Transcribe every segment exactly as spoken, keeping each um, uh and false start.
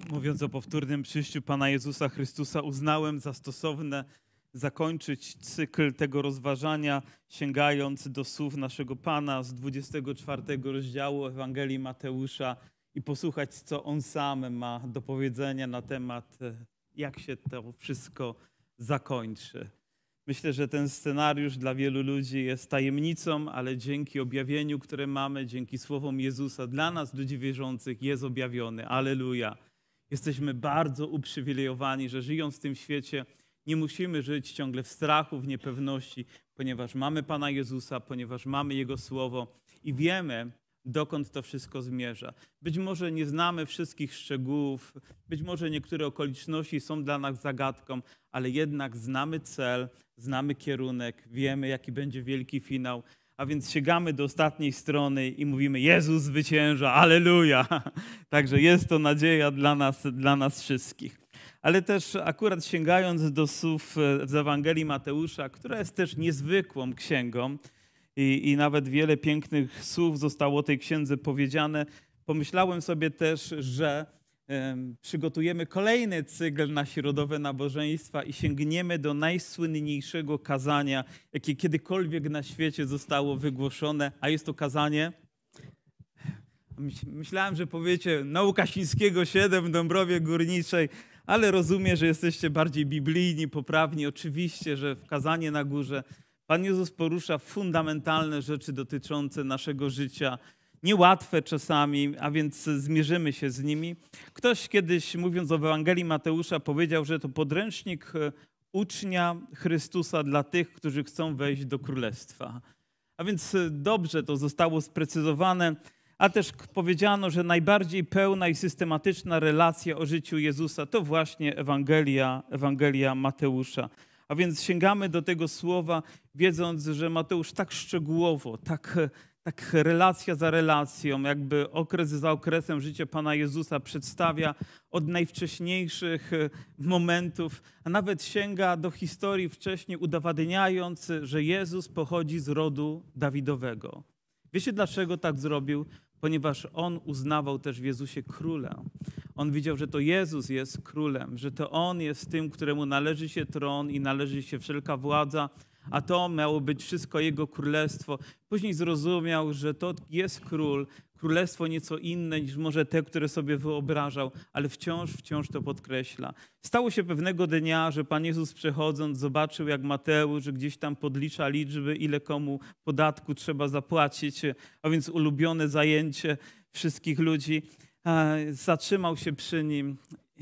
Mówiąc o powtórnym przyjściu Pana Jezusa Chrystusa, uznałem za stosowne zakończyć cykl tego rozważania, sięgając do słów naszego Pana z dwudziestego czwartego rozdziału Ewangelii Mateusza i posłuchać, co On sam ma do powiedzenia na temat, jak się to wszystko zakończy. Myślę, że ten scenariusz dla wielu ludzi jest tajemnicą, ale dzięki objawieniu, które mamy, dzięki słowom Jezusa, dla nas, ludzi wierzących, jest objawiony. Alleluja. Jesteśmy bardzo uprzywilejowani, że żyjąc w tym świecie nie musimy żyć ciągle w strachu, w niepewności, ponieważ mamy Pana Jezusa, ponieważ mamy Jego Słowo i wiemy, dokąd to wszystko zmierza. Być może nie znamy wszystkich szczegółów, być może niektóre okoliczności są dla nas zagadką, ale jednak znamy cel, znamy kierunek, wiemy, jaki będzie wielki finał. A więc sięgamy do ostatniej strony i mówimy: Jezus zwycięża, alleluja! Także jest to nadzieja dla nas, dla nas wszystkich. Ale też akurat sięgając do słów z Ewangelii Mateusza, która jest też niezwykłą księgą i, i nawet wiele pięknych słów zostało o tej księdze powiedziane, pomyślałem sobie też, że um, przygotujemy kolejny cykl na środowe nabożeństwa i sięgniemy do najsłynniejszego kazania, jakie kiedykolwiek na świecie zostało wygłoszone, a jest to kazanie... Myślałem, że powiecie Nauka Sińskiego siedem w Dąbrowie Górniczej, ale rozumiem, że jesteście bardziej biblijni, poprawni. Oczywiście, że w kazanie na górze Pan Jezus porusza fundamentalne rzeczy dotyczące naszego życia, niełatwe czasami, a więc zmierzymy się z nimi. Ktoś kiedyś, mówiąc o Ewangelii Mateusza, powiedział, że to podręcznik ucznia Chrystusa dla tych, którzy chcą wejść do Królestwa. A więc dobrze to zostało sprecyzowane. A też powiedziano, że najbardziej pełna i systematyczna relacja o życiu Jezusa to właśnie Ewangelia, Ewangelia Mateusza. A więc sięgamy do tego słowa, wiedząc, że Mateusz tak szczegółowo, tak, tak relacja za relacją, jakby okres za okresem życia Pana Jezusa przedstawia od najwcześniejszych momentów, a nawet sięga do historii wcześniej, udowadniając, że Jezus pochodzi z rodu Dawidowego. Wiecie, dlaczego tak zrobił? Ponieważ On uznawał też w Jezusie Króla. On widział, że to Jezus jest Królem, że to On jest tym, któremu należy się tron i należy się wszelka władza, a to miało być wszystko Jego Królestwo. Później zrozumiał, że to jest Król, Królestwo nieco inne niż może te, które sobie wyobrażał, ale wciąż, wciąż to podkreśla. Stało się pewnego dnia, że Pan Jezus przechodząc zobaczył, jak Mateusz gdzieś tam podlicza liczby, ile komu podatku trzeba zapłacić, a więc ulubione zajęcie wszystkich ludzi. Zatrzymał się przy nim,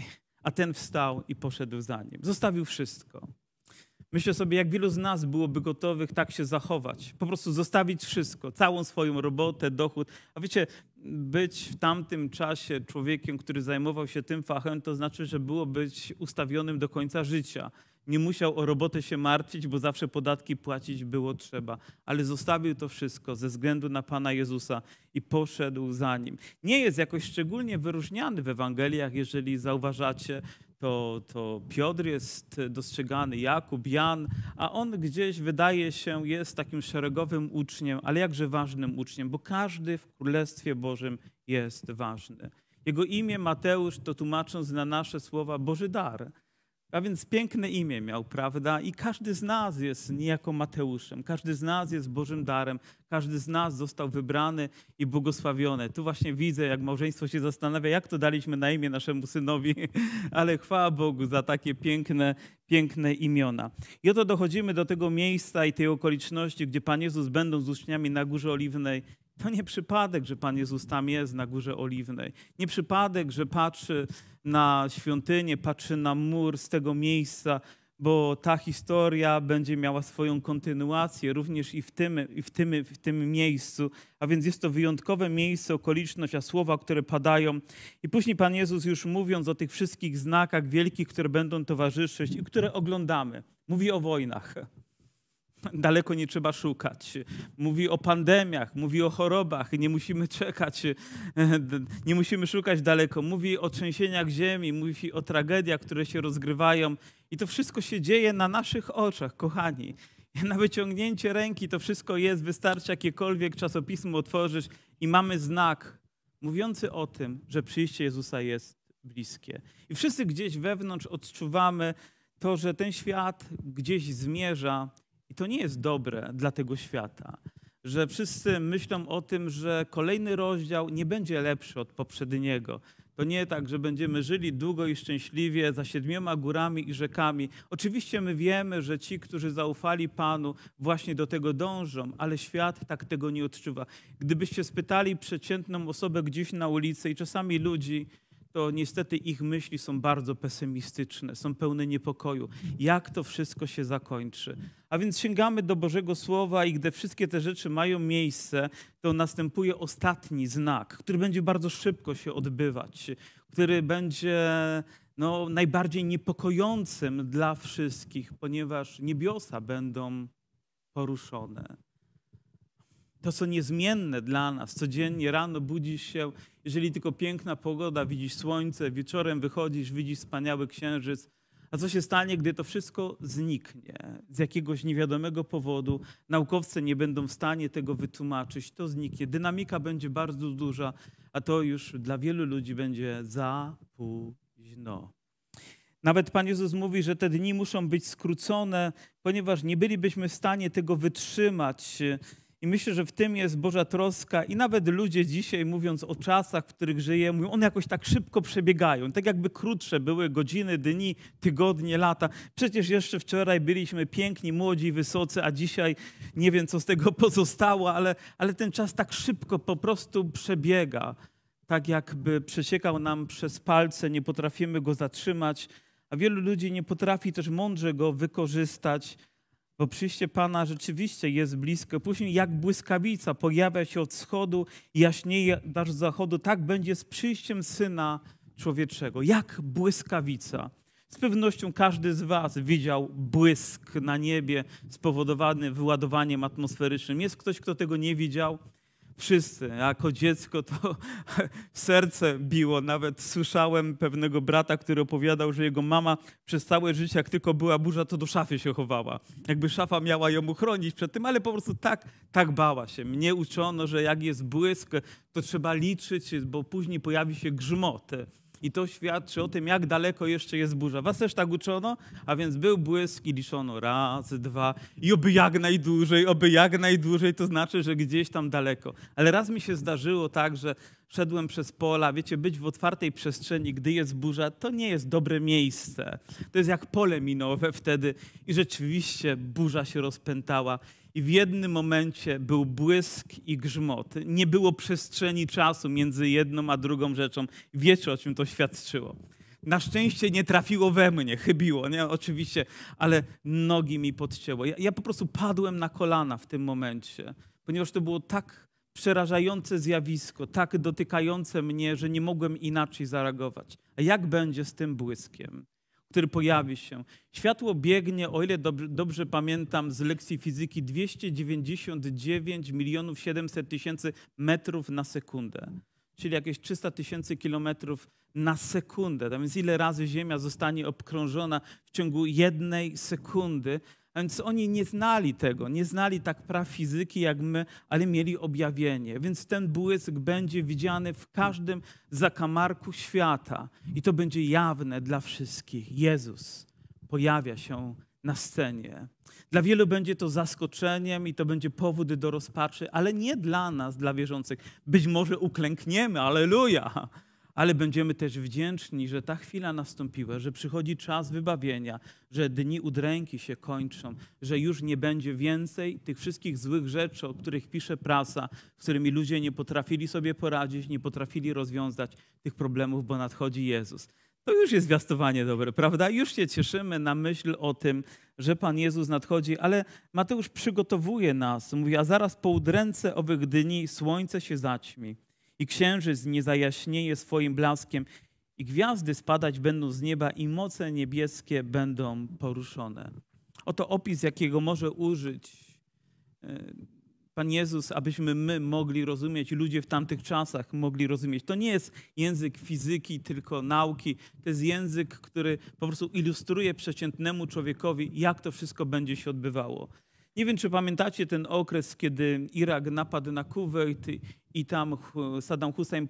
a ten wstał i poszedł za nim. Zostawił wszystko. Myślę sobie, jak wielu z nas byłoby gotowych tak się zachować. Po prostu zostawić wszystko, całą swoją robotę, dochód. A wiecie, być w tamtym czasie człowiekiem, który zajmował się tym fachem, to znaczy, że było być ustawionym do końca życia. Nie musiał o robotę się martwić, bo zawsze podatki płacić było trzeba. Ale zostawił to wszystko ze względu na Pana Jezusa i poszedł za Nim. Nie jest jakoś szczególnie wyróżniany w Ewangeliach, jeżeli zauważacie, to, to Piotr jest dostrzegany, Jakub, Jan, a on gdzieś wydaje się jest takim szeregowym uczniem, ale jakże ważnym uczniem, bo każdy w Królestwie Bożym jest ważny. Jego imię Mateusz to tłumacząc na nasze słowa Boży dar. A więc piękne imię miał, prawda? I każdy z nas jest niejako Mateuszem, każdy z nas jest Bożym darem, każdy z nas został wybrany i błogosławiony. Tu właśnie widzę, jak małżeństwo się zastanawia, jak to daliśmy na imię naszemu synowi, ale chwała Bogu za takie piękne, piękne imiona. I oto dochodzimy do tego miejsca i tej okoliczności, gdzie Pan Jezus, będąc z uczniami na Górze Oliwnej, to nie przypadek, że Pan Jezus tam jest na Górze Oliwnej. Nie przypadek, że patrzy na świątynię, patrzy na mur z tego miejsca, bo ta historia będzie miała swoją kontynuację również i w tym, i w tym, w tym miejscu. A więc jest to wyjątkowe miejsce, okoliczność, a słowa, które padają. I później Pan Jezus już mówiąc o tych wszystkich znakach wielkich, które będą towarzyszyć i które oglądamy, mówi o wojnach. Daleko nie trzeba szukać. Mówi o pandemiach, mówi o chorobach, nie musimy czekać, nie musimy szukać daleko. Mówi o trzęsieniach ziemi, mówi o tragediach, które się rozgrywają i to wszystko się dzieje na naszych oczach, kochani. Na wyciągnięcie ręki to wszystko jest, wystarczy jakiekolwiek czasopismo otworzyć i mamy znak mówiący o tym, że przyjście Jezusa jest bliskie. I wszyscy gdzieś wewnątrz odczuwamy to, że ten świat gdzieś zmierza i to nie jest dobre dla tego świata. Że wszyscy myślą o tym, że kolejny rozdział nie będzie lepszy od poprzedniego. To nie tak, że będziemy żyli długo i szczęśliwie za siedmioma górami i rzekami. Oczywiście my wiemy, że ci, którzy zaufali Panu, właśnie do tego dążą, ale świat tak tego nie odczuwa. Gdybyście spytali przeciętną osobę gdzieś na ulicy i czasami ludzi, to niestety ich myśli są bardzo pesymistyczne, są pełne niepokoju. Jak to wszystko się zakończy? A więc sięgamy do Bożego Słowa i gdy wszystkie te rzeczy mają miejsce, to następuje ostatni znak, który będzie bardzo szybko się odbywać, który będzie no, najbardziej niepokojącym dla wszystkich, ponieważ niebiosa będą poruszone. To, co niezmienne dla nas, codziennie rano budzisz się, jeżeli tylko piękna pogoda, widzisz słońce, wieczorem wychodzisz, widzisz wspaniały księżyc. A co się stanie, gdy to wszystko zniknie z jakiegoś niewiadomego powodu? Naukowcy nie będą w stanie tego wytłumaczyć. To zniknie. Dynamika będzie bardzo duża, a to już dla wielu ludzi będzie za późno. Nawet Pan Jezus mówi, że te dni muszą być skrócone, ponieważ nie bylibyśmy w stanie tego wytrzymać. I myślę, że w tym jest Boża troska i nawet ludzie dzisiaj, mówiąc o czasach, w których żyjemy, mówią, one jakoś tak szybko przebiegają. Tak jakby krótsze były godziny, dni, tygodnie, lata. Przecież jeszcze wczoraj byliśmy piękni, młodzi, wysocy, a dzisiaj nie wiem, co z tego pozostało, ale, ale ten czas tak szybko po prostu przebiega. Tak jakby przeciekał nam przez palce, nie potrafimy go zatrzymać, a wielu ludzi nie potrafi też mądrze go wykorzystać, bo przyjście Pana rzeczywiście jest blisko. Później jak błyskawica pojawia się od wschodu i jaśnieje aż z zachodu, tak będzie z przyjściem Syna Człowieczego. Jak błyskawica. Z pewnością każdy z was widział błysk na niebie spowodowany wyładowaniem atmosferycznym. Jest ktoś, kto tego nie widział? Wszyscy. Jako dziecko to serce biło. Nawet słyszałem pewnego brata, który opowiadał, że jego mama przez całe życie, jak tylko była burza, to do szafy się chowała. Jakby szafa miała ją uchronić przed tym, ale po prostu tak, tak bała się. Mnie uczono, że jak jest błysk, to trzeba liczyć, bo później pojawi się grzmot. I to świadczy o tym, jak daleko jeszcze jest burza. Was też tak uczono? A więc był błysk i liczono raz, dwa i oby jak najdłużej, oby jak najdłużej, to znaczy, że gdzieś tam daleko. Ale raz mi się zdarzyło tak, że szedłem przez pola, wiecie, być w otwartej przestrzeni, gdy jest burza, to nie jest dobre miejsce. To jest jak pole minowe wtedy i rzeczywiście burza się rozpętała. I w jednym momencie był błysk i grzmot. Nie było przestrzeni czasu między jedną a drugą rzeczą. Wiecie, o czym to świadczyło. Na szczęście nie trafiło we mnie, chybiło, nie? Oczywiście, ale nogi mi podcięło. Ja, ja po prostu padłem na kolana w tym momencie, ponieważ to było tak przerażające zjawisko, tak dotykające mnie, że nie mogłem inaczej zareagować. A jak będzie z tym błyskiem, który pojawi się? Światło biegnie, o ile dobrze, dobrze pamiętam z lekcji fizyki, dwieście dziewięćdziesiąt dziewięć milionów siedemset tysięcy metrów na sekundę, czyli jakieś trzysta tysięcy kilometrów na sekundę. A więc ile razy Ziemia zostanie obkrążona w ciągu jednej sekundy. A więc oni nie znali tego, nie znali tak praw fizyki jak my, ale mieli objawienie. Więc ten błysk będzie widziany w każdym zakamarku świata i to będzie jawne dla wszystkich. Jezus pojawia się na scenie. Dla wielu będzie to zaskoczeniem i to będzie powód do rozpaczy, ale nie dla nas, dla wierzących. Być może uklękniemy, alleluja, ale będziemy też wdzięczni, że ta chwila nastąpiła, że przychodzi czas wybawienia, że dni udręki się kończą, że już nie będzie więcej tych wszystkich złych rzeczy, o których pisze prasa, z którymi ludzie nie potrafili sobie poradzić, nie potrafili rozwiązać tych problemów, bo nadchodzi Jezus. To już jest zwiastowanie dobre, prawda? Już się cieszymy na myśl o tym, że Pan Jezus nadchodzi, ale Mateusz przygotowuje nas. Mówi, a zaraz po udręce owych dni słońce się zaćmi i księżyc nie zajaśnieje swoim blaskiem i gwiazdy spadać będą z nieba i moce niebieskie będą poruszone. Oto opis, jakiego może użyć Pan Jezus, abyśmy my mogli rozumieć, ludzie w tamtych czasach mogli rozumieć. To nie jest język fizyki, tylko nauki. To jest język, który po prostu ilustruje przeciętnemu człowiekowi, jak to wszystko będzie się odbywało. Nie wiem, czy pamiętacie ten okres, kiedy Irak napadł na Kuwejt i tam Saddam Hussein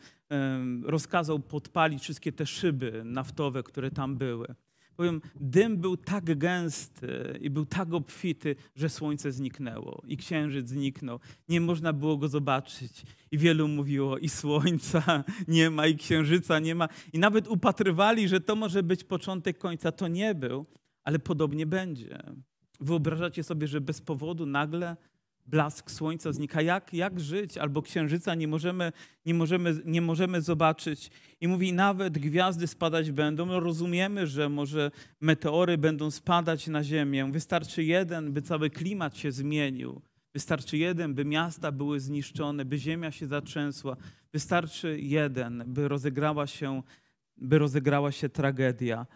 rozkazał podpalić wszystkie te szyby naftowe, które tam były. Powiem, dym był tak gęsty i był tak obfity, że słońce zniknęło i księżyc zniknął. Nie można było go zobaczyć. I wielu mówiło, i słońca nie ma, i księżyca nie ma. I nawet upatrywali, że to może być początek końca. To nie był, ale podobnie będzie. Wyobrażacie sobie, że bez powodu nagle blask słońca znika. Jak, jak żyć? Albo księżyca nie możemy, nie, możemy, nie możemy zobaczyć. I mówi, nawet gwiazdy spadać będą. No rozumiemy, że może meteory będą spadać na ziemię. Wystarczy jeden, by cały klimat się zmienił. Wystarczy jeden, by miasta były zniszczone, by ziemia się zatrzęsła. Wystarczy jeden, by rozegrała się, by rozegrała się tragedia.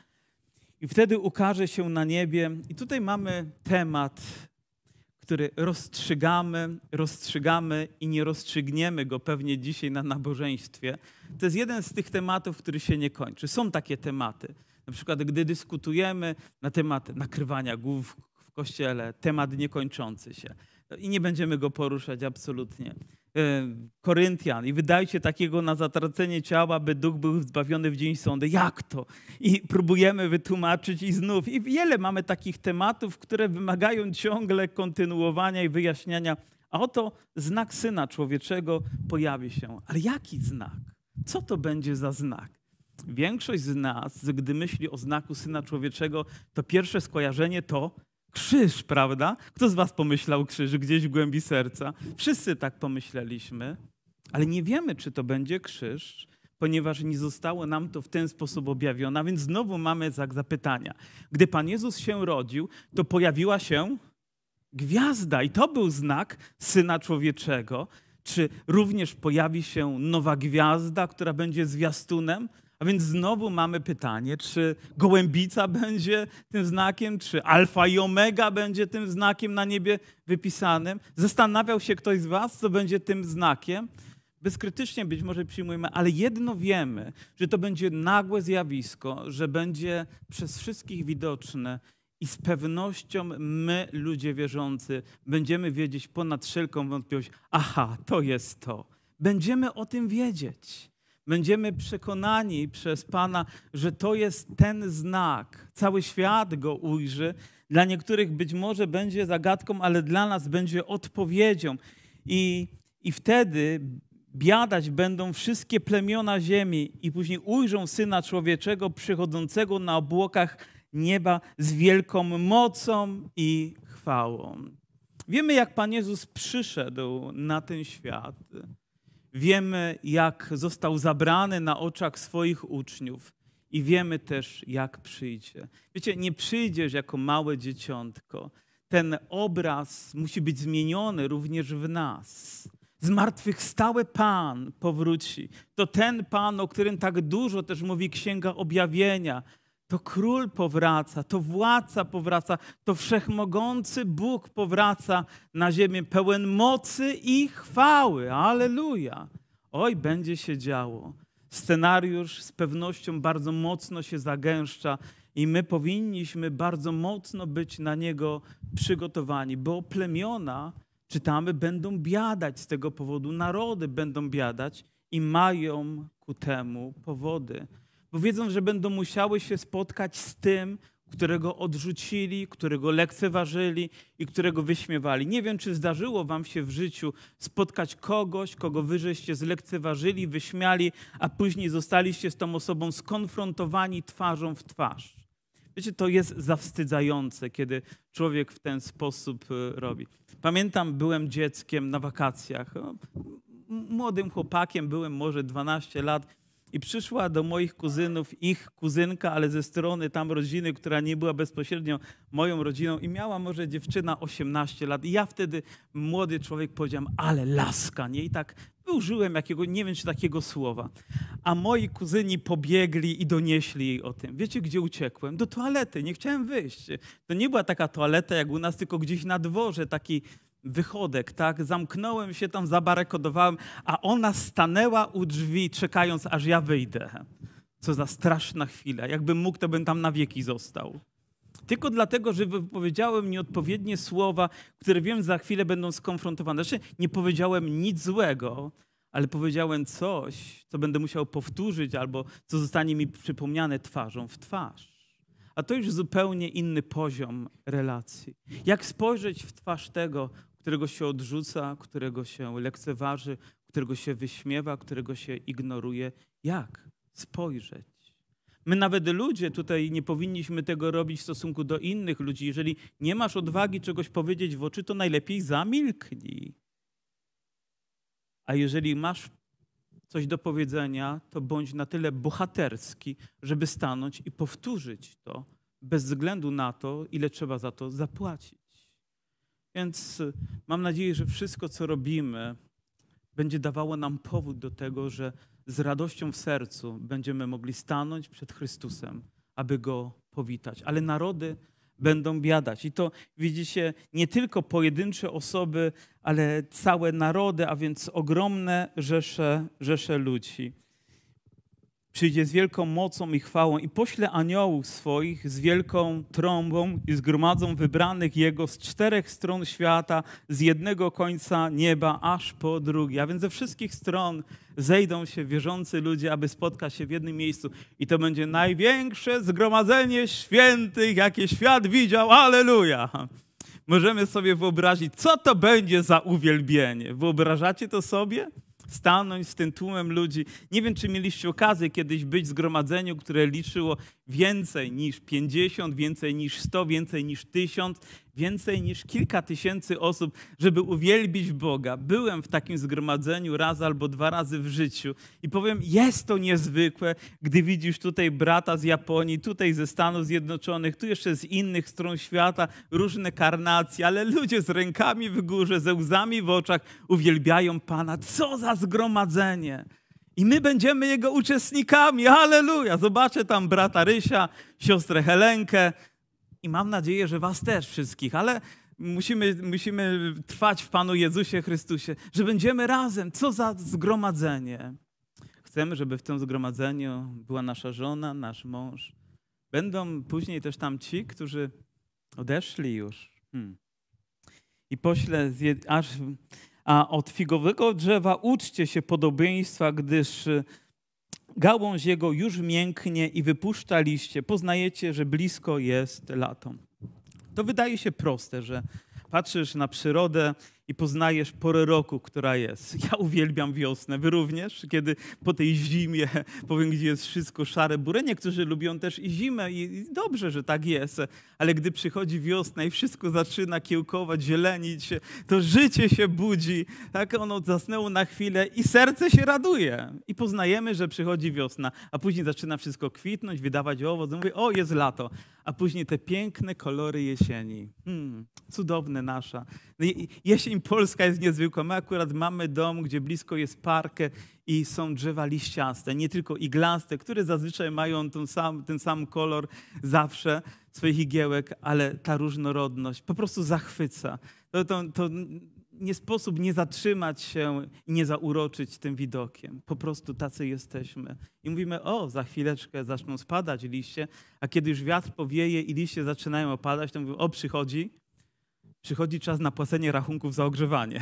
I wtedy ukaże się na niebie. I tutaj mamy temat, który rozstrzygamy, rozstrzygamy i nie rozstrzygniemy go pewnie dzisiaj na nabożeństwie. To jest jeden z tych tematów, który się nie kończy. Są takie tematy. Na przykład, gdy dyskutujemy na temat nakrywania głów w kościele, temat niekończący się. I nie będziemy go poruszać absolutnie. Koryntian, i wydajcie takiego na zatracenie ciała, by duch był zbawiony w dzień sądu. Jak to? I próbujemy wytłumaczyć i znów. I wiele mamy takich tematów, które wymagają ciągle kontynuowania i wyjaśniania. A oto znak Syna Człowieczego pojawi się. Ale jaki znak? Co to będzie za znak? Większość z nas, gdy myśli o znaku Syna Człowieczego, to pierwsze skojarzenie to krzyż, prawda? Kto z was pomyślał krzyż gdzieś w głębi serca? Wszyscy tak pomyśleliśmy, ale nie wiemy, czy to będzie krzyż, ponieważ nie zostało nam to w ten sposób objawione, a więc znowu mamy znak zapytania. Gdy Pan Jezus się rodził, to pojawiła się gwiazda i to był znak Syna Człowieczego. Czy również pojawi się nowa gwiazda, która będzie zwiastunem? A więc znowu mamy pytanie, czy gołębica będzie tym znakiem, czy alfa i omega będzie tym znakiem na niebie wypisanym? Zastanawiał się ktoś z was, co będzie tym znakiem? Bezkrytycznie być może przyjmujemy, ale jedno wiemy, że to będzie nagłe zjawisko, że będzie przez wszystkich widoczne i z pewnością my, ludzie wierzący, będziemy wiedzieć ponad wszelką wątpliwość, aha, to jest to. Będziemy o tym wiedzieć. Będziemy przekonani przez Pana, że to jest ten znak. Cały świat go ujrzy. Dla niektórych być może będzie zagadką, ale dla nas będzie odpowiedzią. I, i wtedy biadać będą wszystkie plemiona ziemi i później ujrzą Syna Człowieczego przychodzącego na obłokach nieba z wielką mocą i chwałą. Wiemy, jak Pan Jezus przyszedł na ten świat. Wiemy, jak został zabrany na oczach swoich uczniów i wiemy też, jak przyjdzie. Wiecie, nie przyjdziesz jako małe dzieciątko. Ten obraz musi być zmieniony również w nas. Zmartwychwstały Pan powróci. To ten Pan, o którym tak dużo też mówi Księga Objawienia. To Król powraca, to Władca powraca, to Wszechmogący Bóg powraca na ziemię pełen mocy i chwały. Alleluja! Oj, będzie się działo. Scenariusz z pewnością bardzo mocno się zagęszcza i my powinniśmy bardzo mocno być na niego przygotowani, bo plemiona, czytamy, będą biadać z tego powodu, narody będą biadać i mają ku temu powody. Bo wiedzą, że będą musiały się spotkać z tym, którego odrzucili, którego lekceważyli i którego wyśmiewali. Nie wiem, czy zdarzyło wam się w życiu spotkać kogoś, kogo wy żeście zlekceważyli, wyśmiali, a później zostaliście z tą osobą skonfrontowani twarzą w twarz. Wiecie, to jest zawstydzające, kiedy człowiek w ten sposób robi. Pamiętam, byłem dzieckiem na wakacjach. Młodym chłopakiem, byłem może dwanaście lat. I przyszła do moich kuzynów ich kuzynka, ale ze strony tam rodziny, która nie była bezpośrednio moją rodziną i miała może dziewczyna osiemnaście lat. I ja wtedy, młody człowiek, powiedziałem, ale laska, nie? I tak użyłem jakiego, nie wiem czy takiego słowa. A moi kuzyni pobiegli i donieśli jej o tym. Wiecie, gdzie uciekłem? Do toalety, nie chciałem wyjść. To nie była taka toaleta jak u nas, tylko gdzieś na dworze, taki wychodek, tak? Zamknąłem się tam, zabarykodowałem, a ona stanęła u drzwi, czekając, aż ja wyjdę. Co za straszna chwila. Jakbym mógł, to bym tam na wieki został. Tylko dlatego, że wypowiedziałem nieodpowiednie słowa, które wiem za chwilę będą skonfrontowane. Znaczy, nie powiedziałem nic złego, ale powiedziałem coś, co będę musiał powtórzyć albo co zostanie mi przypomniane twarzą w twarz. A to już zupełnie inny poziom relacji. Jak spojrzeć w twarz tego, którego się odrzuca, którego się lekceważy, którego się wyśmiewa, którego się ignoruje? Jak spojrzeć? My nawet ludzie tutaj nie powinniśmy tego robić w stosunku do innych ludzi. Jeżeli nie masz odwagi czegoś powiedzieć w oczy, to najlepiej zamilknij. A jeżeli masz coś do powiedzenia, to bądź na tyle bohaterski, żeby stanąć i powtórzyć to, bez względu na to, ile trzeba za to zapłacić. Więc mam nadzieję, że wszystko, co robimy, będzie dawało nam powód do tego, że z radością w sercu będziemy mogli stanąć przed Chrystusem, aby Go powitać. Ale narody będą biadać. I to widzicie nie tylko pojedyncze osoby, ale całe narody, a więc ogromne rzesze, rzesze ludzi. Przyjdzie z wielką mocą i chwałą i pośle aniołów swoich z wielką trąbą i zgromadzą wybranych Jego z czterech stron świata, z jednego końca nieba aż po drugi. A więc ze wszystkich stron zejdą się wierzący ludzie, aby spotkać się w jednym miejscu. I to będzie największe zgromadzenie świętych, jakie świat widział. Alleluja! Możemy sobie wyobrazić, co to będzie za uwielbienie. Wyobrażacie to sobie? Stanąć z tym tłumem ludzi. Nie wiem, czy mieliście okazję kiedyś być w zgromadzeniu, które liczyło więcej niż pięćdziesiąt, więcej niż sto, więcej niż tysiąc, więcej niż kilka tysięcy osób, żeby uwielbić Boga. Byłem w takim zgromadzeniu raz albo dwa razy w życiu i powiem, jest to niezwykłe, gdy widzisz tutaj brata z Japonii, tutaj ze Stanów Zjednoczonych, tu jeszcze z innych stron świata, różne karnacje, ale ludzie z rękami w górze, ze łzami w oczach uwielbiają Pana. Co za zgromadzenie! I my będziemy Jego uczestnikami. Halleluja! Zobaczę tam brata Rysia, siostrę Helenkę i mam nadzieję, że was też wszystkich, ale musimy, musimy trwać w Panu Jezusie Chrystusie, że będziemy razem. Co za zgromadzenie! Chcemy, żeby w tym zgromadzeniu była nasza żona, nasz mąż. Będą później też tam ci, którzy odeszli już. Hmm. I poślę aż... A od figowego drzewa uczcie się podobieństwa, gdyż gałąź jego już mięknie i wypuszcza liście. Poznajecie, że blisko jest lato. To wydaje się proste, że patrzysz na przyrodę i poznajesz porę roku, która jest. Ja uwielbiam wiosnę. Wy również? Kiedy po tej zimie, powiem, gdzie jest wszystko szare, burę. Niektórzy lubią też i zimę i dobrze, że tak jest. Ale gdy przychodzi wiosna i wszystko zaczyna kiełkować, zielenić się, to życie się budzi. Tak ono zasnęło na chwilę i serce się raduje. I poznajemy, że przychodzi wiosna, a później zaczyna wszystko kwitnąć, wydawać owoc. Mówię, o, jest lato. A później te piękne kolory jesieni. Hmm, cudowne nasza. Jesień polska jest niezwykła. My akurat mamy dom, gdzie blisko jest park i są drzewa liściaste, nie tylko iglaste, które zazwyczaj mają ten sam, ten sam kolor zawsze swoich igiełek, ale ta różnorodność po prostu zachwyca. To, to, to nie sposób nie zatrzymać się i nie zauroczyć tym widokiem. Po prostu tacy jesteśmy. I mówimy, o, za chwileczkę zaczną spadać liście, a kiedy już wiatr powieje i liście zaczynają opadać, to mówimy, o, przychodzi, przychodzi czas na płacenie rachunków za ogrzewanie.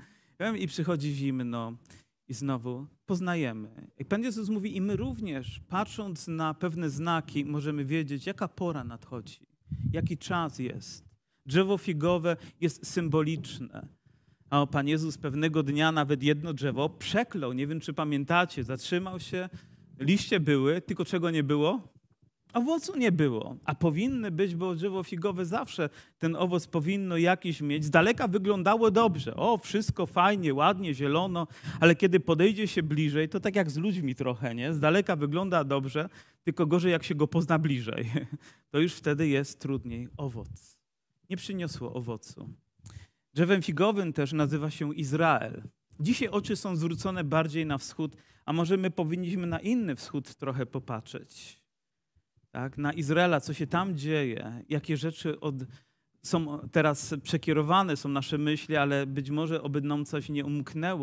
I przychodzi zimno i znowu poznajemy. I Pan Jezus mówi, i my również, patrząc na pewne znaki, możemy wiedzieć, jaka pora nadchodzi, jaki czas jest. Drzewo figowe jest symboliczne. A Pan Jezus pewnego dnia nawet jedno drzewo przeklął. Nie wiem, czy pamiętacie. Zatrzymał się, liście były, tylko czego nie było? Owocu nie było. A powinny być, bo drzewo figowe zawsze ten owoc powinno jakiś mieć. Z daleka wyglądało dobrze. O, wszystko fajnie, ładnie, zielono, ale kiedy podejdzie się bliżej, to tak jak z ludźmi trochę, nie? Z daleka wygląda dobrze, tylko gorzej jak się go pozna bliżej. To już wtedy jest trudniej. Owoc nie przyniosło owocu. Drzewem figowym też nazywa się Izrael. Dzisiaj oczy są zwrócone bardziej na wschód, a może my powinniśmy na inny wschód trochę popatrzeć. Tak? Na Izraela, co się tam dzieje, jakie rzeczy od, są teraz przekierowane, są nasze myśli, ale być może oby nam coś nie umknęło,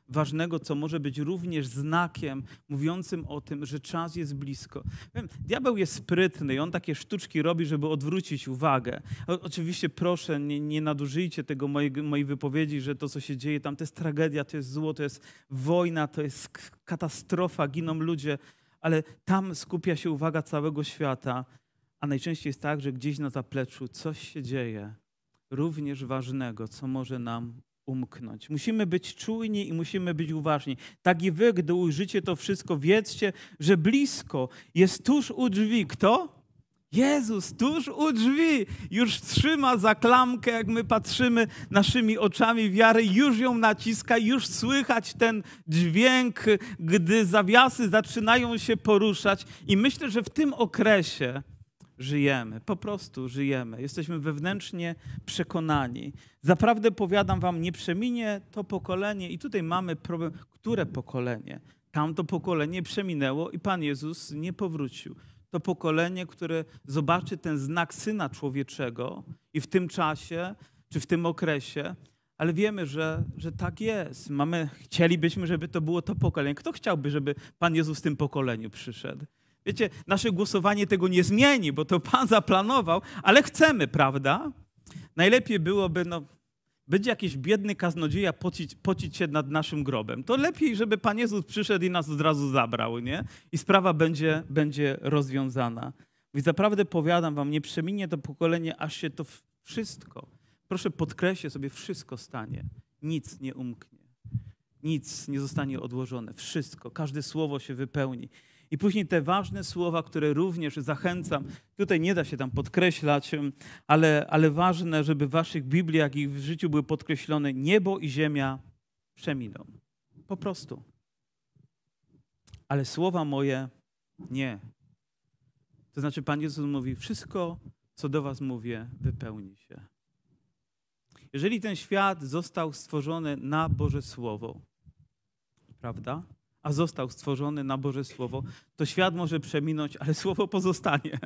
ważnego, co może być również znakiem mówiącym o tym, że czas jest blisko. Wiem, diabeł jest sprytny i on takie sztuczki robi, żeby odwrócić uwagę. O, oczywiście proszę, nie, nie nadużyjcie tego mojej, mojej wypowiedzi, że to, co się dzieje tam, to jest tragedia, to jest zło, to jest wojna, to jest katastrofa, giną ludzie, ale tam skupia się uwaga całego świata, a najczęściej jest tak, że gdzieś na zapleczu coś się dzieje, również ważnego, co może nam umknąć. Musimy być czujni i musimy być uważni. Tak i wy, gdy ujrzycie to wszystko, wiedzcie, że blisko jest tuż u drzwi. Kto? Jezus, tuż u drzwi. Już trzyma za klamkę, jak my patrzymy naszymi oczami wiary, już ją naciska, już słychać ten dźwięk, gdy zawiasy zaczynają się poruszać. I myślę, że w tym okresie żyjemy, po prostu żyjemy. Jesteśmy wewnętrznie przekonani. Zaprawdę powiadam wam, nie przeminie to pokolenie. I tutaj mamy problem, które pokolenie? Tamto pokolenie przeminęło i Pan Jezus nie powrócił. To pokolenie, które zobaczy ten znak Syna Człowieczego i w tym czasie, czy w tym okresie, ale wiemy, że, że tak jest. Mamy, chcielibyśmy, żeby to było to pokolenie. Kto chciałby, żeby Pan Jezus w tym pokoleniu przyszedł? Wiecie, nasze głosowanie tego nie zmieni, bo to Pan zaplanował, ale chcemy, prawda? Najlepiej byłoby, no, będzie jakiś biedny kaznodzieja pocić, pocić się nad naszym grobem. To lepiej, żeby Pan Jezus przyszedł i nas od razu zabrał, nie? I sprawa będzie, będzie rozwiązana. I zaprawdę powiadam wam, nie przeminie to pokolenie, aż się to wszystko, proszę podkreślcie sobie, wszystko stanie. Nic nie umknie. Nic nie zostanie odłożone. Wszystko, każde słowo się wypełni. I później te ważne słowa, które również zachęcam, tutaj nie da się tam podkreślać, ale, ale ważne, żeby w waszych Bibliach i w życiu były podkreślone, niebo i ziemia przeminą. Po prostu. Ale słowa moje nie. To znaczy Pan Jezus mówi, wszystko, co do was mówię, wypełni się. Jeżeli ten świat został stworzony na Boże Słowo, prawda? A został stworzony na Boże Słowo, to świat może przeminąć, ale Słowo pozostanie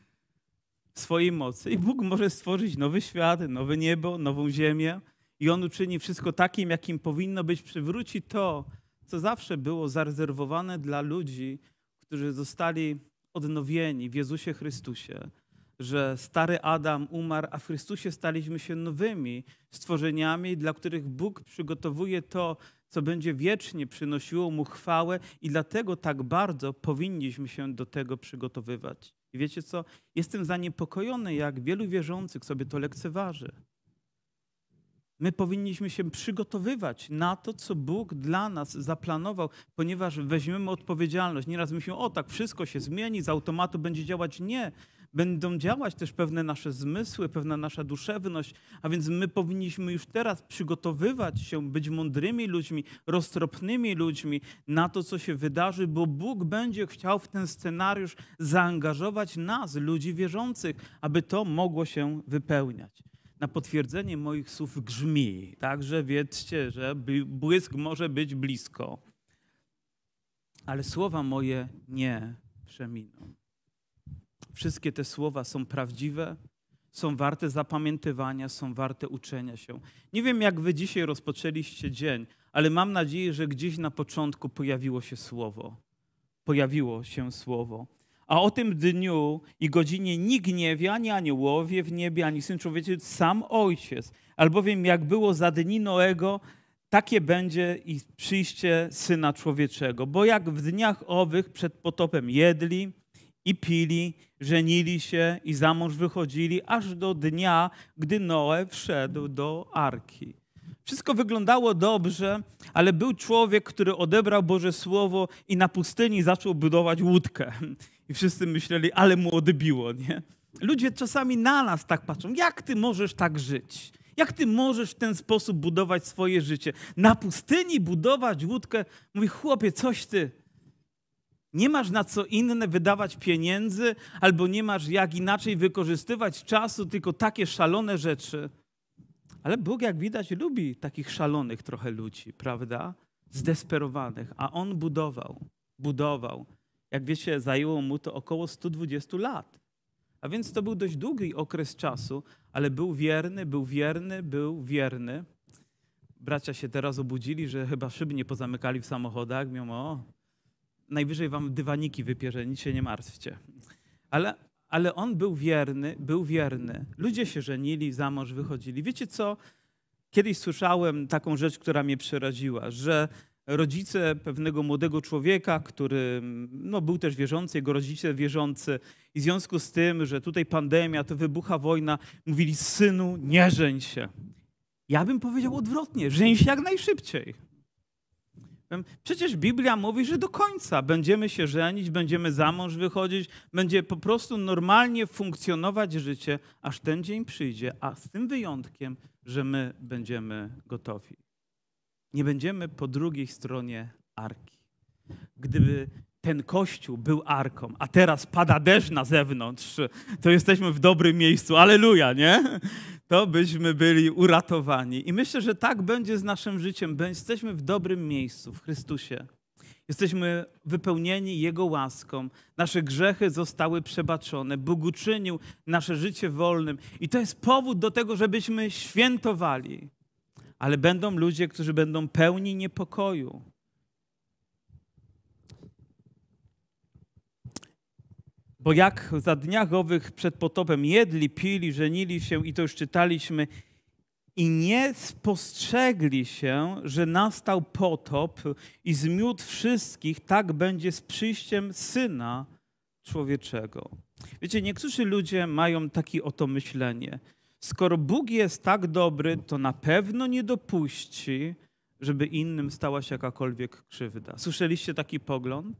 w swojej mocy. I Bóg może stworzyć nowy świat, nowe niebo, nową ziemię i On uczyni wszystko takim, jakim powinno być. Przywróci to, co zawsze było zarezerwowane dla ludzi, którzy zostali odnowieni w Jezusie Chrystusie. Że stary Adam umarł, a w Chrystusie staliśmy się nowymi stworzeniami, dla których Bóg przygotowuje to, co będzie wiecznie przynosiło Mu chwałę i dlatego tak bardzo powinniśmy się do tego przygotowywać. I wiecie co? Jestem zaniepokojony, jak wielu wierzących sobie to lekceważy. My powinniśmy się przygotowywać na to, co Bóg dla nas zaplanował, ponieważ weźmiemy odpowiedzialność. Nieraz myślimy, o tak, wszystko się zmieni, z automatu będzie działać. Nie. Będą działać też pewne nasze zmysły, pewna nasza duszewność, a więc my powinniśmy już teraz przygotowywać się, być mądrymi ludźmi, roztropnymi ludźmi na to, co się wydarzy, bo Bóg będzie chciał w ten scenariusz zaangażować nas, ludzi wierzących, aby to mogło się wypełniać. Na potwierdzenie moich słów grzmi, także wiedzcie, że błysk może być blisko. Ale słowa moje nie przeminą. Wszystkie te słowa są prawdziwe, są warte zapamiętywania, są warte uczenia się. Nie wiem, jak wy dzisiaj rozpoczęliście dzień, ale mam nadzieję, że gdzieś na początku pojawiło się słowo. Pojawiło się słowo. A o tym dniu i godzinie nikt nie wie, ani aniołowie w niebie, ani Syn Człowieczy, sam Ojciec. Albowiem jak było za dni Noego, takie będzie i przyjście Syna Człowieczego. Bo jak w dniach owych przed potopem jedli i pili, żenili się i za mąż wychodzili, aż do dnia, gdy Noe wszedł do arki. Wszystko wyglądało dobrze, ale był człowiek, który odebrał Boże Słowo i na pustyni zaczął budować łódkę. I wszyscy myśleli, ale mu odbiło, nie? Ludzie czasami na nas tak patrzą, jak ty możesz tak żyć? Jak ty możesz w ten sposób budować swoje życie? Na pustyni budować łódkę? Mówi, chłopie, coś ty. Nie masz na co inne wydawać pieniędzy, albo nie masz jak inaczej wykorzystywać czasu, tylko takie szalone rzeczy. Ale Bóg, jak widać, lubi takich szalonych trochę ludzi, prawda? Zdesperowanych. A On budował, budował. Jak wiecie, zajęło mu to około sto dwadzieścia lat. A więc to był dość długi okres czasu, ale był wierny, był wierny, był wierny. bracia się teraz obudzili, że chyba szyby nie pozamykali w samochodach. Mówią, o, najwyżej wam dywaniki wypierze, nic się nie martwcie. Ale, ale on był wierny, był wierny. Ludzie się żenili, za mąż wychodzili. Wiecie co? Kiedyś słyszałem taką rzecz, która mnie przeraziła, że rodzice pewnego młodego człowieka, który no, był też wierzący, jego rodzice wierzący i w związku z tym, że tutaj pandemia, to wybucha wojna, mówili, synu, nie żeń się. Ja bym powiedział odwrotnie, żeń się jak najszybciej. Przecież Biblia mówi, że do końca będziemy się żenić, będziemy za mąż wychodzić, będzie po prostu normalnie funkcjonować życie, aż ten dzień przyjdzie, a z tym wyjątkiem, że my będziemy gotowi. Nie będziemy po drugiej stronie arki. Gdyby ten kościół był arką, a teraz pada deszcz na zewnątrz, to jesteśmy w dobrym miejscu. Alleluja, nie? To byśmy byli uratowani. I myślę, że tak będzie z naszym życiem. Jesteśmy w dobrym miejscu, w Chrystusie. Jesteśmy wypełnieni Jego łaską. Nasze grzechy zostały przebaczone. Bóg uczynił nasze życie wolnym. I to jest powód do tego, żebyśmy świętowali. Ale będą ludzie, którzy będą pełni niepokoju. Bo jak za dniach owych przed potopem jedli, pili, żenili się, i to już czytaliśmy, i nie spostrzegli się, że nastał potop i zmiótł wszystkich, tak będzie z przyjściem Syna Człowieczego. Wiecie, niektórzy ludzie mają takie oto myślenie. Skoro Bóg jest tak dobry, to na pewno nie dopuści, żeby innym stała się jakakolwiek krzywda. Słyszeliście taki pogląd?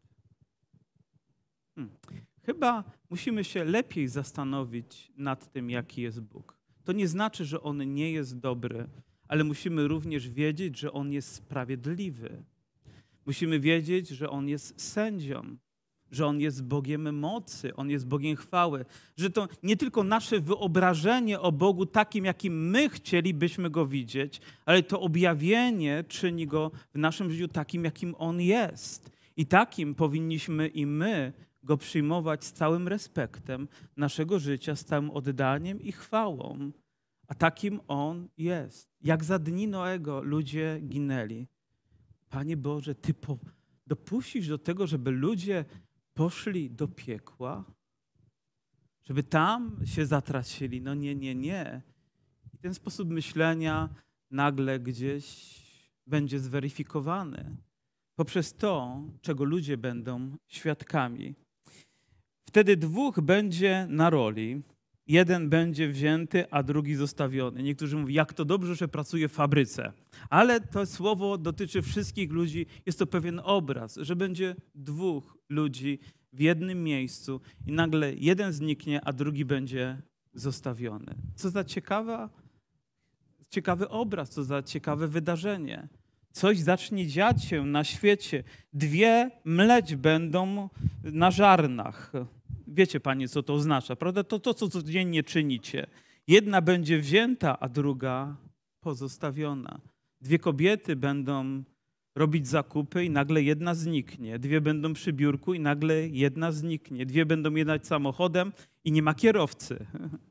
Hmm. Chyba musimy się lepiej zastanowić nad tym, jaki jest Bóg. To nie znaczy, że On nie jest dobry, ale musimy również wiedzieć, że On jest sprawiedliwy. Musimy wiedzieć, że On jest sędzią, że On jest Bogiem mocy, On jest Bogiem chwały, że to nie tylko nasze wyobrażenie o Bogu takim, jakim my chcielibyśmy Go widzieć, ale to objawienie czyni Go w naszym życiu takim, jakim On jest. I takim powinniśmy i my Go przyjmować z całym respektem naszego życia, z całym oddaniem i chwałą. A takim On jest. Jak za dni Noego ludzie ginęli. Panie Boże, Ty po, dopuścisz do tego, żeby ludzie poszli do piekła? Żeby tam się zatracili? No nie, nie, nie. I ten sposób myślenia nagle gdzieś będzie zweryfikowany poprzez to, czego ludzie będą świadkami. Wtedy dwóch będzie na roli. Jeden będzie wzięty, a drugi zostawiony. Niektórzy mówią, jak to dobrze, że pracuje w fabryce. Ale to słowo dotyczy wszystkich ludzi. Jest to pewien obraz, że będzie dwóch ludzi w jednym miejscu i nagle jeden zniknie, a drugi będzie zostawiony. Co za ciekawa, ciekawy obraz, co za ciekawe wydarzenie. Coś zacznie dziać się na świecie. Dwie mleć będą na żarnach. Wiecie, panie, co to oznacza, prawda? To to, co codziennie czynicie. Jedna będzie wzięta, a druga pozostawiona. Dwie kobiety będą robić zakupy i nagle jedna zniknie. Dwie będą przy biurku i nagle jedna zniknie. Dwie będą jechać samochodem i nie ma kierowcy.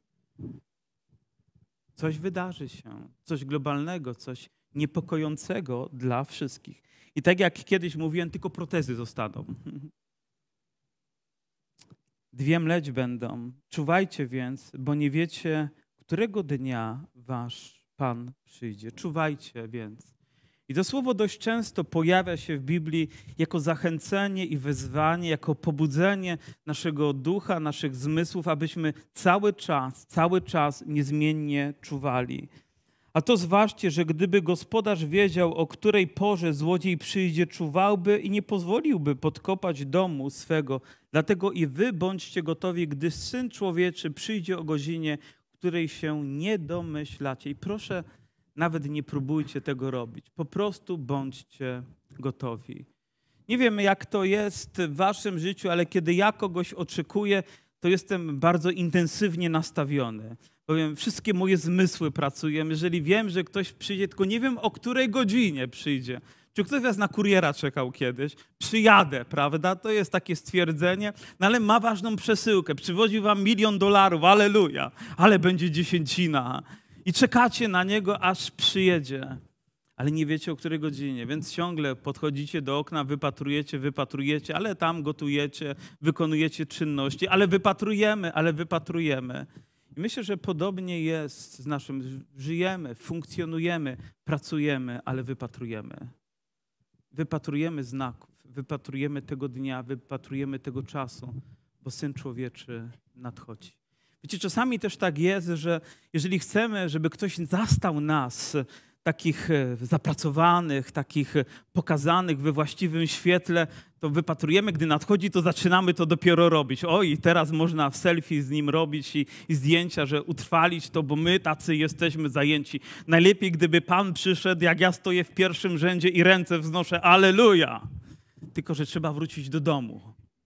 Coś wydarzy się, coś globalnego, coś niepokojącego dla wszystkich. I tak jak kiedyś mówiłem, tylko protezy zostaną. Dwie mleć będą. Czuwajcie więc, bo nie wiecie, którego dnia wasz Pan przyjdzie. Czuwajcie więc. I to słowo dość często pojawia się w Biblii jako zachęcenie i wezwanie, jako pobudzenie naszego ducha, naszych zmysłów, abyśmy cały czas, cały czas niezmiennie czuwali. A to zważcie, że gdyby gospodarz wiedział, o której porze złodziej przyjdzie, czuwałby i nie pozwoliłby podkopać domu swego. Dlatego i wy bądźcie gotowi, gdy Syn Człowieczy przyjdzie o godzinie, której się nie domyślacie. I proszę, nawet nie próbujcie tego robić. Po prostu bądźcie gotowi. Nie wiem, jak to jest w waszym życiu, ale kiedy ja kogoś oczekuję, to jestem bardzo intensywnie nastawiony. Powiem, wszystkie moje zmysły pracują. Jeżeli wiem, że ktoś przyjdzie, tylko nie wiem, o której godzinie przyjdzie. Czy ktoś z was na kuriera czekał kiedyś? Przyjadę, prawda? To jest takie stwierdzenie, no ale ma ważną przesyłkę. Przywozi wam milion dolarów, alleluja, ale będzie dziesięcina. I czekacie na niego, aż przyjedzie. ale nie wiecie, o której godzinie, więc ciągle podchodzicie do okna, wypatrujecie, wypatrujecie, ale tam gotujecie, wykonujecie czynności, ale wypatrujemy, ale wypatrujemy. I myślę, że podobnie jest z naszym, żyjemy, funkcjonujemy, pracujemy, ale wypatrujemy. Wypatrujemy znaków, wypatrujemy tego dnia, wypatrujemy tego czasu, bo Syn Człowieczy nadchodzi. Wiecie, czasami też tak jest, że jeżeli chcemy, żeby ktoś zastał nas, takich zapracowanych, takich pokazanych we właściwym świetle, to wypatrujemy, gdy nadchodzi, to zaczynamy to dopiero robić. Oj, teraz można w selfie z nim robić i, i zdjęcia, że utrwalić to, bo my tacy jesteśmy zajęci. Najlepiej, gdyby Pan przyszedł, jak ja stoję w pierwszym rzędzie i ręce wznoszę, alleluja! Tylko że trzeba wrócić do domu.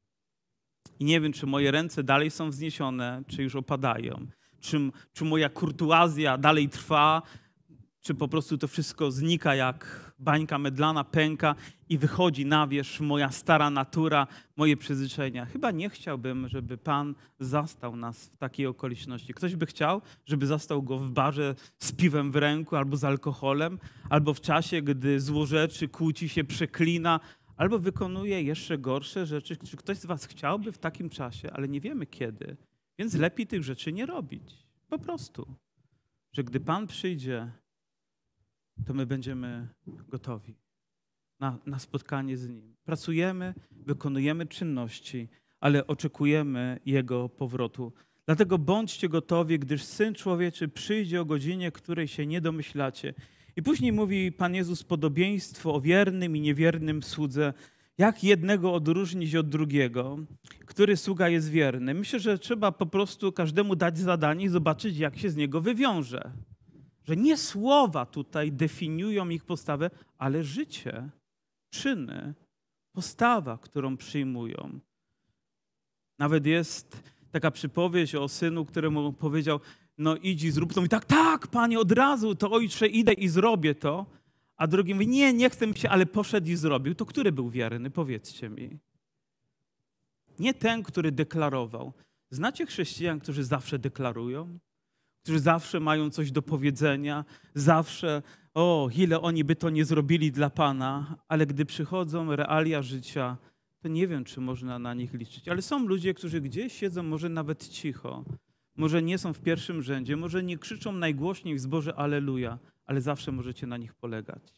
I nie wiem, czy moje ręce dalej są wzniesione, czy już opadają. Czy, czy moja kurtuazja dalej trwa, czy po prostu to wszystko znika jak bańka mydlana, pęka i wychodzi na wierzch moja stara natura, moje przyzwyczajenia. Chyba nie chciałbym, żeby Pan zastał nas w takiej okoliczności. Ktoś by chciał, żeby zastał go w barze z piwem w ręku albo z alkoholem, albo w czasie, gdy złorzeczy, kłóci się, przeklina, albo wykonuje jeszcze gorsze rzeczy. Czy ktoś z was chciałby w takim czasie, ale nie wiemy kiedy. Więc lepiej tych rzeczy nie robić. Po prostu. Że gdy Pan przyjdzie, to my będziemy gotowi na, na spotkanie z Nim. Pracujemy, wykonujemy czynności, ale oczekujemy Jego powrotu. Dlatego bądźcie gotowi, gdyż Syn Człowieczy przyjdzie o godzinie, której się nie domyślacie. I później mówi Pan Jezus podobieństwo o wiernym i niewiernym słudze. Jak jednego odróżnić od drugiego? Który sługa jest wierny? Myślę, że trzeba po prostu każdemu dać zadanie i zobaczyć, jak się z niego wywiąże. Że nie słowa tutaj definiują ich postawę, ale życie, czyny, postawa, którą przyjmują. Nawet jest taka przypowieść o synu, któremu powiedział, no idź i zrób to. I tak, tak, Panie, od razu, to ojcze, idę i zrobię to. A drugi mówi, nie, nie chcę się, ale poszedł i zrobił. To który był wierny? Powiedzcie mi. Nie ten, który deklarował. Znacie chrześcijan, którzy zawsze deklarują? Którzy zawsze mają coś do powiedzenia, zawsze, o, ile oni by to nie zrobili dla Pana, ale gdy przychodzą realia życia, to nie wiem, czy można na nich liczyć. Ale są ludzie, którzy gdzieś siedzą, może nawet cicho, może nie są w pierwszym rzędzie, może nie krzyczą najgłośniej w zborze alleluja, ale zawsze możecie na nich polegać.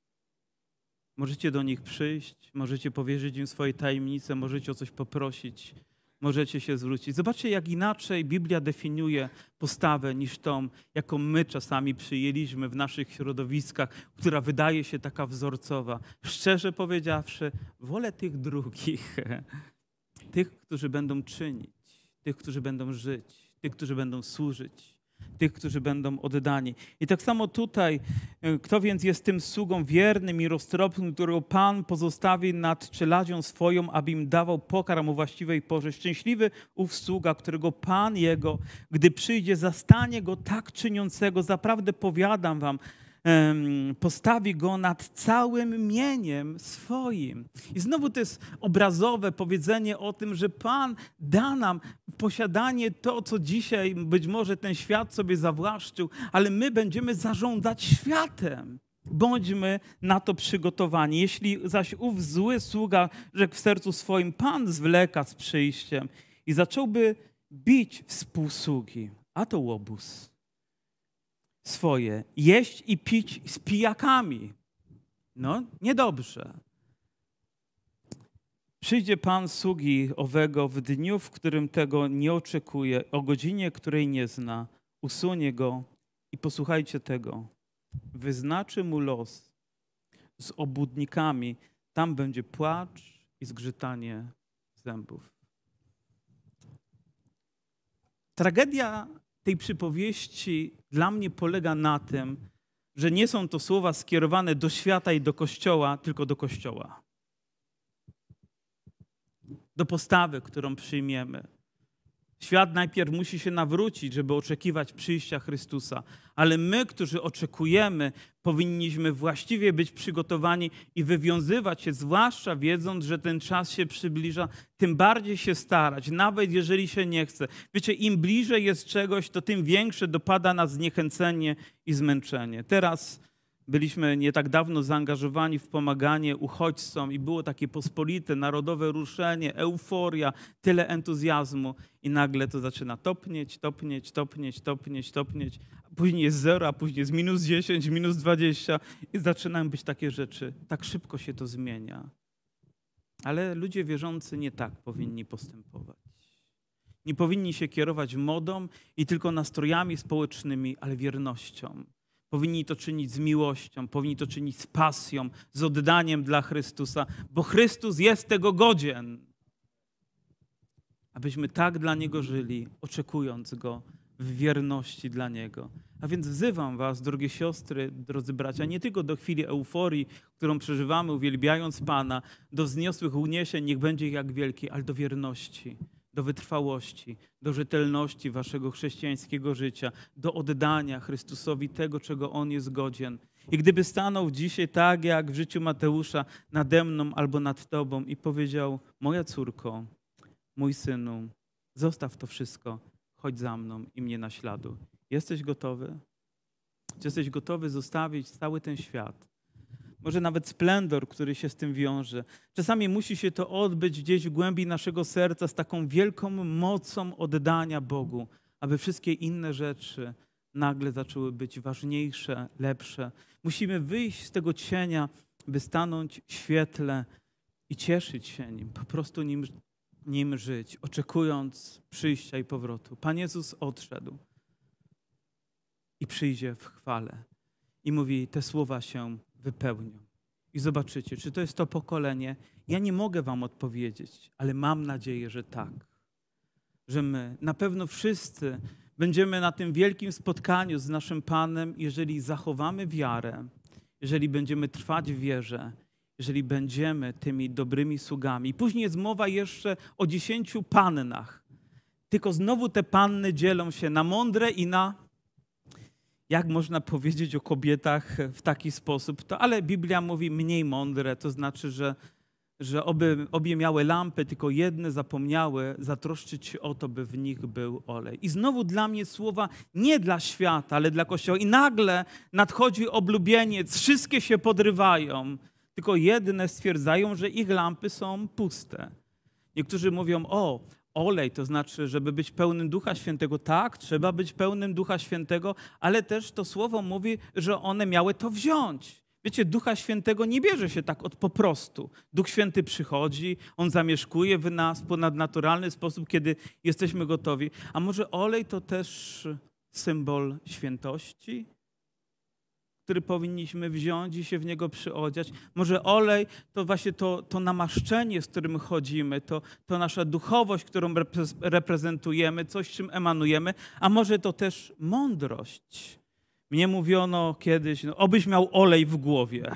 Możecie do nich przyjść, możecie powierzyć im swoje tajemnice, możecie o coś poprosić, możecie się zwrócić. Zobaczcie, jak inaczej Biblia definiuje postawę niż tą, jaką my czasami przyjęliśmy w naszych środowiskach, która wydaje się taka wzorcowa. Szczerze powiedziawszy, wolę tych drugich, tych, którzy będą czynić, tych, którzy będą żyć, tych, którzy będą służyć, tych, którzy będą oddani. I tak samo tutaj, kto więc jest tym sługą wiernym i roztropnym, którego Pan pozostawi nad czeladzią swoją, aby im dawał pokarm o właściwej porze. Szczęśliwy ów sługa, którego Pan jego, gdy przyjdzie, zastanie go tak czyniącego. Zaprawdę powiadam wam, postawi go nad całym mieniem swoim. I znowu to jest obrazowe powiedzenie o tym, że Pan da nam posiadanie to, co dzisiaj być może ten świat sobie zawłaszczył, ale my będziemy zarządzać światem. Bądźmy na to przygotowani. Jeśli zaś ów zły sługa rzekł w sercu swoim, Pan zwleka z przyjściem i zacząłby bić współsługi, a to łobuz swoje, jeść i pić z pijakami. No, niedobrze. Przyjdzie Pan sługi owego w dniu, w którym tego nie oczekuje, o godzinie, której nie zna, usunie go i posłuchajcie tego, wyznaczy mu los z obłudnikami, tam będzie płacz i zgrzytanie zębów. Tragedia tej przypowieści dla mnie polega na tym, że nie są to słowa skierowane do świata i do Kościoła, tylko do Kościoła. Do postawy, którą przyjmiemy. Świat najpierw musi się nawrócić, żeby oczekiwać przyjścia Chrystusa. Ale my, którzy oczekujemy, powinniśmy właściwie być przygotowani i wywiązywać się, zwłaszcza wiedząc, że ten czas się przybliża, tym bardziej się starać, nawet jeżeli się nie chce. Wiecie, im bliżej jest czegoś, to tym większe dopada nas zniechęcenie i zmęczenie. Teraz Byliśmy nie tak dawno zaangażowani w pomaganie uchodźcom i było takie pospolite, narodowe ruszenie, euforia, tyle entuzjazmu i nagle to zaczyna topnieć, topnieć, topnieć, topnieć, topnieć. A później jest zero, a później jest minus dziesięć, minus dwadzieścia i zaczynają być takie rzeczy. Tak szybko się to zmienia. Ale ludzie wierzący nie tak powinni postępować. Nie powinni się kierować modą i tylko nastrojami społecznymi, ale wiernością. Powinni to czynić z miłością, powinni to czynić z pasją, z oddaniem dla Chrystusa, bo Chrystus jest tego godzien. Abyśmy tak dla Niego żyli, oczekując Go w wierności dla Niego. A więc wzywam was, drogie siostry, drodzy bracia, nie tylko do chwili euforii, którą przeżywamy, uwielbiając Pana, do wzniosłych uniesień, niech będzie ich jak wielki, ale do wierności, do wytrwałości, do rzetelności waszego chrześcijańskiego życia, do oddania Chrystusowi tego, czego On jest godzien. I gdyby stanął dzisiaj tak, jak w życiu Mateusza, nade mną albo nad tobą i powiedział: moja córko, mój synu, zostaw to wszystko, chodź za mną i mnie naśladuj. Jesteś gotowy? Czy jesteś gotowy zostawić cały ten świat? Może nawet splendor, który się z tym wiąże. Czasami musi się to odbyć gdzieś w głębi naszego serca z taką wielką mocą oddania Bogu, aby wszystkie inne rzeczy nagle zaczęły być ważniejsze, lepsze. Musimy wyjść z tego cienia, by stanąć w świetle i cieszyć się nim, po prostu nim, nim żyć, oczekując przyjścia i powrotu. Pan Jezus odszedł i przyjdzie w chwale. I mówi, te słowa się wypełnią. I zobaczycie, czy to jest to pokolenie. Ja nie mogę wam odpowiedzieć, ale mam nadzieję, że tak. Że my, na pewno wszyscy będziemy na tym wielkim spotkaniu z naszym Panem, jeżeli zachowamy wiarę, jeżeli będziemy trwać w wierze, jeżeli będziemy tymi dobrymi sługami. I później jest mowa jeszcze o dziesięciu pannach. Tylko znowu te panny dzielą się na mądre i na... Jak można powiedzieć o kobietach w taki sposób? To, ale Biblia mówi mniej mądre, to znaczy, że, że obie, obie miały lampy, tylko jedne zapomniały zatroszczyć się o to, by w nich był olej. I znowu dla mnie słowa nie dla świata, ale dla Kościoła. I nagle nadchodzi oblubieniec, wszystkie się podrywają, tylko jedne stwierdzają, że ich lampy są puste. Niektórzy mówią, o, olej, to znaczy, żeby być pełnym Ducha Świętego. Tak, trzeba być pełnym Ducha Świętego, ale też to słowo mówi, że one miały to wziąć. Wiecie, Ducha Świętego nie bierze się tak od po prostu. Duch Święty przychodzi, On zamieszkuje w nas w ponadnaturalny sposób, kiedy jesteśmy gotowi. A może olej to też symbol świętości, który powinniśmy wziąć i się w niego przyodziać. Może olej to właśnie to, to namaszczenie, z którym chodzimy, to, to nasza duchowość, którą reprezentujemy, coś, czym emanujemy, a może to też mądrość. Mnie mówiono kiedyś, no, obyś miał olej w głowie.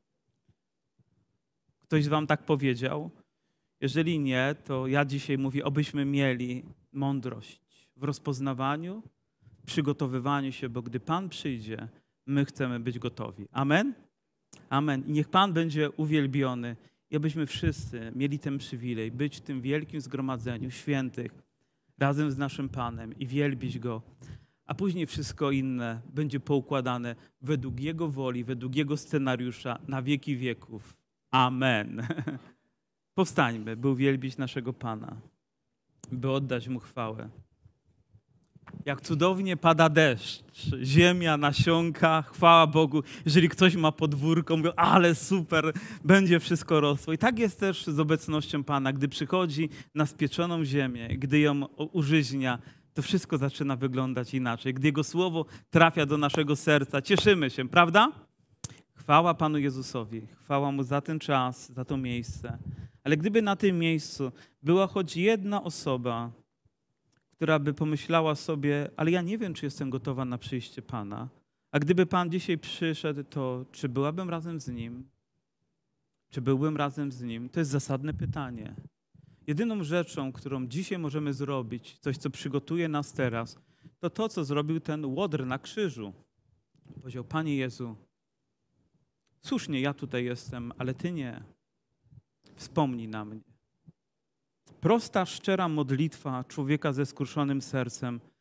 Ktoś wam tak powiedział? Jeżeli nie, to ja dzisiaj mówię, obyśmy mieli mądrość w rozpoznawaniu, w przygotowywaniu się, bo gdy Pan przyjdzie, my chcemy być gotowi. Amen? Amen. I niech Pan będzie uwielbiony i abyśmy wszyscy mieli ten przywilej być w tym wielkim zgromadzeniu świętych razem z naszym Panem i wielbić Go, a później wszystko inne będzie poukładane według Jego woli, według Jego scenariusza na wieki wieków. Amen. Powstańmy, by uwielbić naszego Pana, by oddać Mu chwałę. Jak cudownie pada deszcz, ziemia nasiąka, chwała Bogu. Jeżeli ktoś ma podwórko, mówią, ale super, będzie wszystko rosło. I tak jest też z obecnością Pana. Gdy przychodzi na spieczoną ziemię, gdy ją użyźnia, to wszystko zaczyna wyglądać inaczej. Gdy Jego słowo trafia do naszego serca, cieszymy się, prawda? Chwała Panu Jezusowi, chwała Mu za ten czas, za to miejsce. Ale gdyby na tym miejscu była choć jedna osoba, która by pomyślała sobie, ale ja nie wiem, czy jestem gotowa na przyjście Pana. A gdyby Pan dzisiaj przyszedł, to czy byłabym razem z Nim? Czy byłbym razem z Nim? To jest zasadne pytanie. Jedyną rzeczą, którą dzisiaj możemy zrobić, coś, co przygotuje nas teraz, to to, co zrobił ten łodr na krzyżu. Powiedział, Panie Jezu, słusznie, ja tutaj jestem, ale Ty nie. Wspomnij na mnie. Prosta, szczera modlitwa człowieka ze skruszonym sercem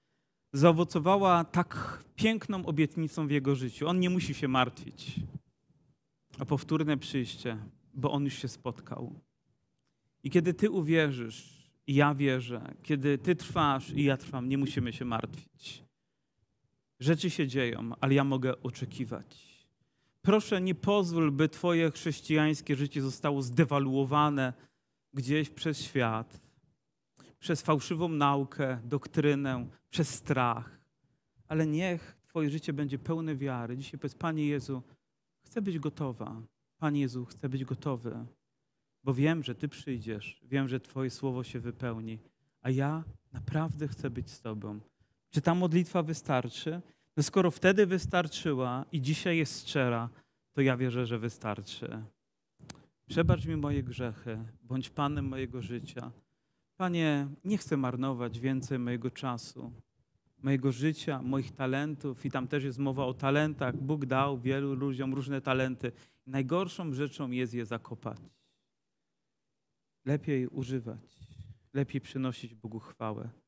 zaowocowała tak piękną obietnicą w jego życiu. On nie musi się martwić o powtórne przyjście, bo on już się spotkał. I kiedy ty uwierzysz, i ja wierzę, kiedy ty trwasz i ja trwam, nie musimy się martwić. Rzeczy się dzieją, ale ja mogę oczekiwać. Proszę, nie pozwól, by twoje chrześcijańskie życie zostało zdewaluowane gdzieś przez świat, przez fałszywą naukę, doktrynę, przez strach. Ale niech twoje życie będzie pełne wiary. Dzisiaj powiedz, Panie Jezu, chcę być gotowa. Panie Jezu, chcę być gotowy, bo wiem, że Ty przyjdziesz, wiem, że Twoje słowo się wypełni, a ja naprawdę chcę być z Tobą. Czy ta modlitwa wystarczy? No skoro wtedy wystarczyła i dzisiaj jest szczera, to ja wierzę, że wystarczy. Przebacz mi moje grzechy, bądź Panem mojego życia. Panie, nie chcę marnować więcej mojego czasu, mojego życia, moich talentów i tam też jest mowa o talentach. Bóg dał wielu ludziom różne talenty. Najgorszą rzeczą jest je zakopać. Lepiej używać, lepiej przynosić Bogu chwałę.